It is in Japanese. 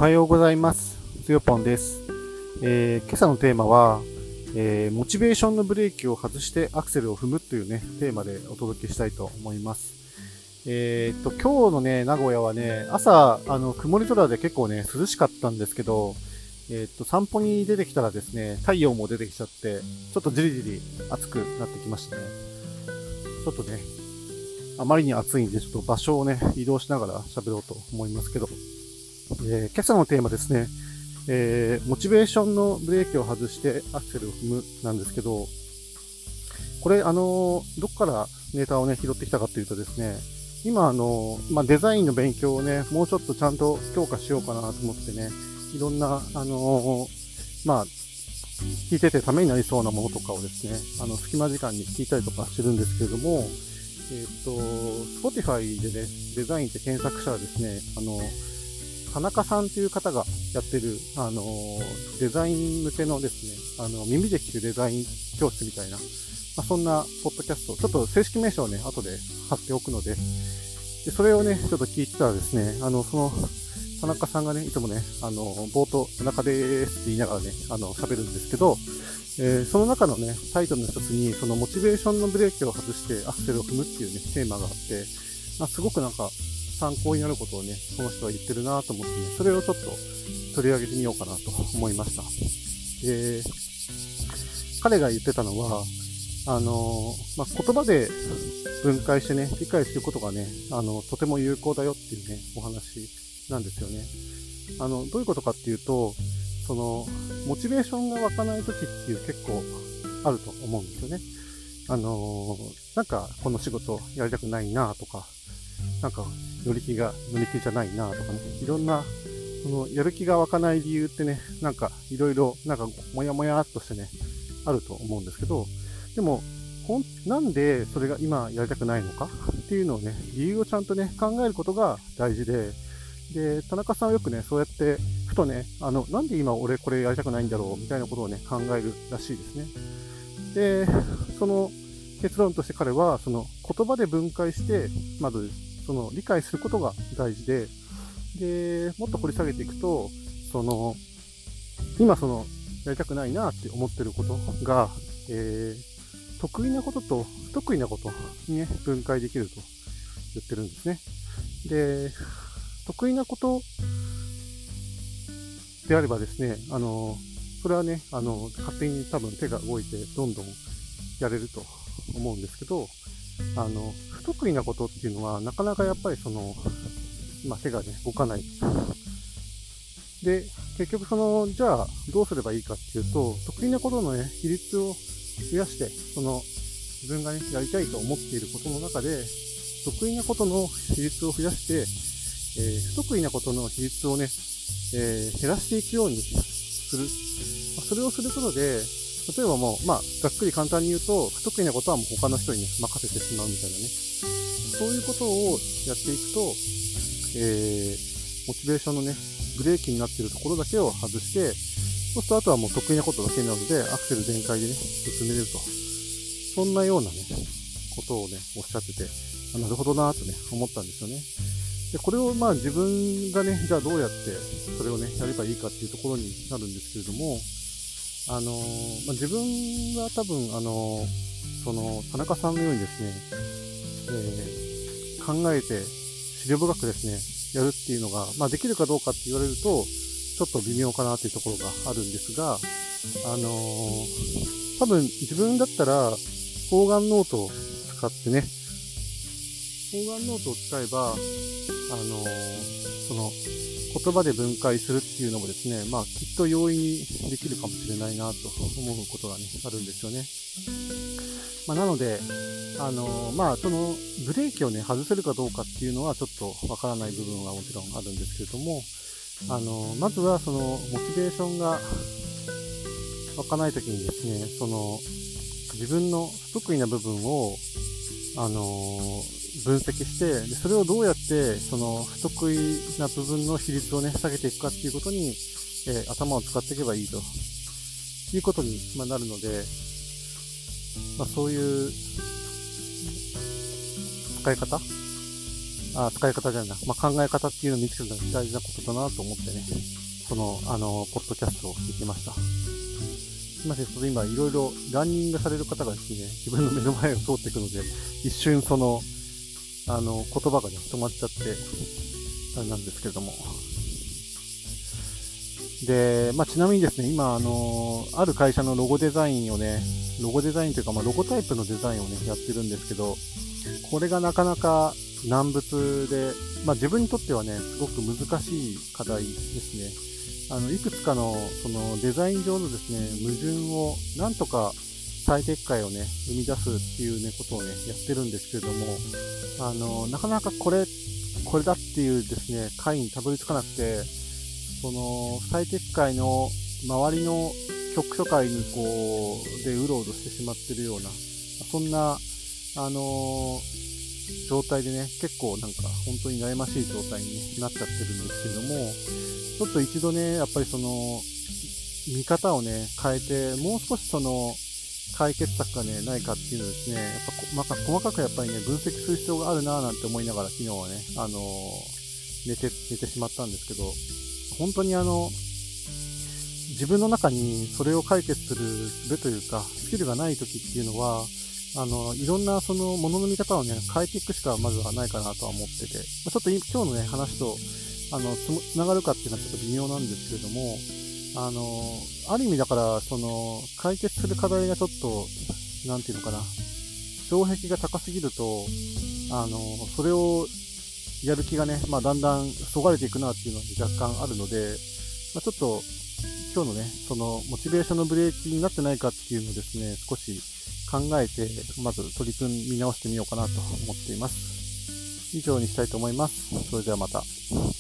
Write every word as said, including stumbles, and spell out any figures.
はようございます。つよぽんです。えー今朝のテーマは、えーモチベーションのブレーキを外してアクセルを踏むというね、テーマでお届けしたいと思います。えーっと、今日のね、名古屋はね、朝、あの、曇り空で結構ね、涼しかったんですけど、えーっと、散歩に出てきたらですね、太陽も出てきちゃって、ちょっとじりじり暑くなってきましたね。ちょっとね、あまりに暑いんで、ちょっと場所をね、移動しながら喋ろうと思いますけど、えー今朝のテーマですね、えーモチベーションのブレーキを外してアクセルを踏むなんですけど、これ、あのーどっからネタをね、拾ってきたかというとですね、今、あのーまあ、デザインの勉強をね、もうちょっとちゃんと強化しようかなと思ってね、いろんな、あのーまあ、聞いててためになりそうなものとかをですね、あの、隙間時間に聞いたりとかしてるんですけれども、えっ、と、Spotify でね、デザインって検索したらですね、あの、田中さんという方がやってる、あの、デザイン向けのですね、あの、耳で聞くデザイン教室みたいな、まあ、そんなポッドキャスト、ちょっと正式名称をね、後で貼っておくので、でそれをね、ちょっと聞いてたらですね、あの、その、田中さんがね、いつもね、あの、冒頭、田中でーすって言いながらね、あの、喋るんですけど、えーその中のね、タイトルの一つに、そのモチベーションのブレーキを外してアクセルを踏むっていうね、テーマがあって、まあ、すごくなんか参考になることをね、この人は言ってるなと思ってね、それをちょっと取り上げてみようかなと思いました。で、彼が言ってたのは、あの、まあ、言葉で分解してね、理解することがね、あの、とても有効だよっていうね、お話なんですよね。あの、どういうことかっていうと、その、モチベーションが湧かない時っていう結構あると思うんですよね。あのなんかこの仕事やりたくないなとか、なんか乗り気が、乗り気じゃないなとかね、いろんな、そのやる気が湧かない理由ってね、なんかいろいろ、なんかもやもやっとしてね、あると思うんですけど、でも、ほん、なんでそれが今やりたくないのかっていうのをね、理由をちゃんとね、考えることが大事で、で、田中さんはよくね、そうやって、ふとね、あの、なんで今俺これやりたくないんだろうみたいなことをね、考えるらしいですね。で、その結論として彼は、その言葉で分解して、まず、その理解することが大事で、で、もっと掘り下げていくと、その、今その、やりたくないなって思ってることが、えー、得意なことと不得意なことにね、分解できると言ってるんですね。で、得意なことであればですね、あの、それはね、あの、勝手に多分手が動いてどんどんやれると思うんですけど、あの、不得意なことっていうのはなかなかやっぱりその、まあ、手がね、動かない。で、結局その、じゃあどうすればいいかっていうと、得意なことのね、比率を増やして、その、自分がね、やりたいと思っていることの中で、得意なことの比率を増やして、えー不得意なことの比率をね、えー減らしていくようにする。まあそれをすることで、例えばもう、まあ、ざっくり簡単に言うと、不得意なことはもう他の人にね、任せてしまうみたいなね。そういうことをやっていくと、えー、モチベーションのね、ブレーキになっているところだけを外して、そうするとあとはもう得意なことだけなので、アクセル全開でね、進めれると。そんなようなね、ことをね、おっしゃってて、あ、なるほどなぁとね、思ったんですよね。で、これをまあ自分がね、じゃあどうやってそれをね、やればいいかっていうところになるんですけれども、あのーまあ、自分は多分、あのーその、田中さんのようにですね、えー考えて、資料深くですね、やるっていうのが、まあ、できるかどうかって言われると、ちょっと微妙かなっていうところがあるんですが、あのー多分自分だったら、方眼ノートを使ってね、方眼ノートを使えば、あのーその、言葉で分解するっていうのもですね、まあ、きっと容易にできるかもしれないなと思うことがね、あるんですよね。まあ、なので、あのーまあ、その、ブレーキをね、外せるかどうかっていうのはちょっとわからない部分はもちろんあるんですけれども、あのーまずはその、モチベーションが湧かないときにですね、その、自分の不得意な部分を、あのー分析して、でそれをどうやって、その不得意な部分の比率をね、下げていくかっていうことに、えー頭を使っていけばいいということに、まあ、なるので、まあ、そういう使い方あ、使い方じゃないな、まあ、考え方っていうのを見つけるのが大事なことだなと思ってね、 この、あの、ポッドキャストを聞きました。すみません、ちょっと今いろいろランニングされる方がですね、自分の目の前を通っていくので、一瞬その、あの、言葉がね、止まっちゃって、あれなんですけれども。で、まあ、ちなみにですね、今、あの、ある会社のロゴデザインをね、ロゴデザインというか、まあ、ロゴタイプのデザインをね、やってるんですけど、これがなかなか難物で、まあ、自分にとってはね、すごく難しい課題ですね。あの、いくつかの、そのデザイン上のですね、矛盾を、なんとか最適解をね、生み出すっていうね、ことをね、やってるんですけれども、あの、なかなかこれ、これだっていうですね、解にたどり着かなくて、その、最適解の周りの局所界にこう、でうろうろしてしまってるような、そんな、あのー、状態でね、結構なんか本当に悩ましい状態になっちゃってるんですけども、ちょっと一度ね、やっぱりその、見方をね、変えて、もう少しその、解決策がね、ないかっていうのをですね、やっぱまか細かくやっぱりね、分析する必要があるなぁなんて思いながら昨日はね、あのー、寝て、寝てしまったんですけど、本当にあの、自分の中にそれを解決する術というか、スキルがない時っていうのは、あの、いろんなそのものの見方をね、変えていくしかまずはないかなとは思ってて、ちょっと今日のね、話と、あの、つながるかっていうのはちょっと微妙なんですけれども、あの、ある意味だから、その、解決する課題がちょっと、なんていうのかな、障壁が高すぎると、あの、それをやる気がね、まあ、だんだんそがれていくなっていうのは若干あるので、まあ、ちょっと、今日のね、その、モチベーションのブレーキになってないかっていうのをですね、少し考えて、まず取り組み直してみようかなと思っています。以上にしたいと思います。それではまた。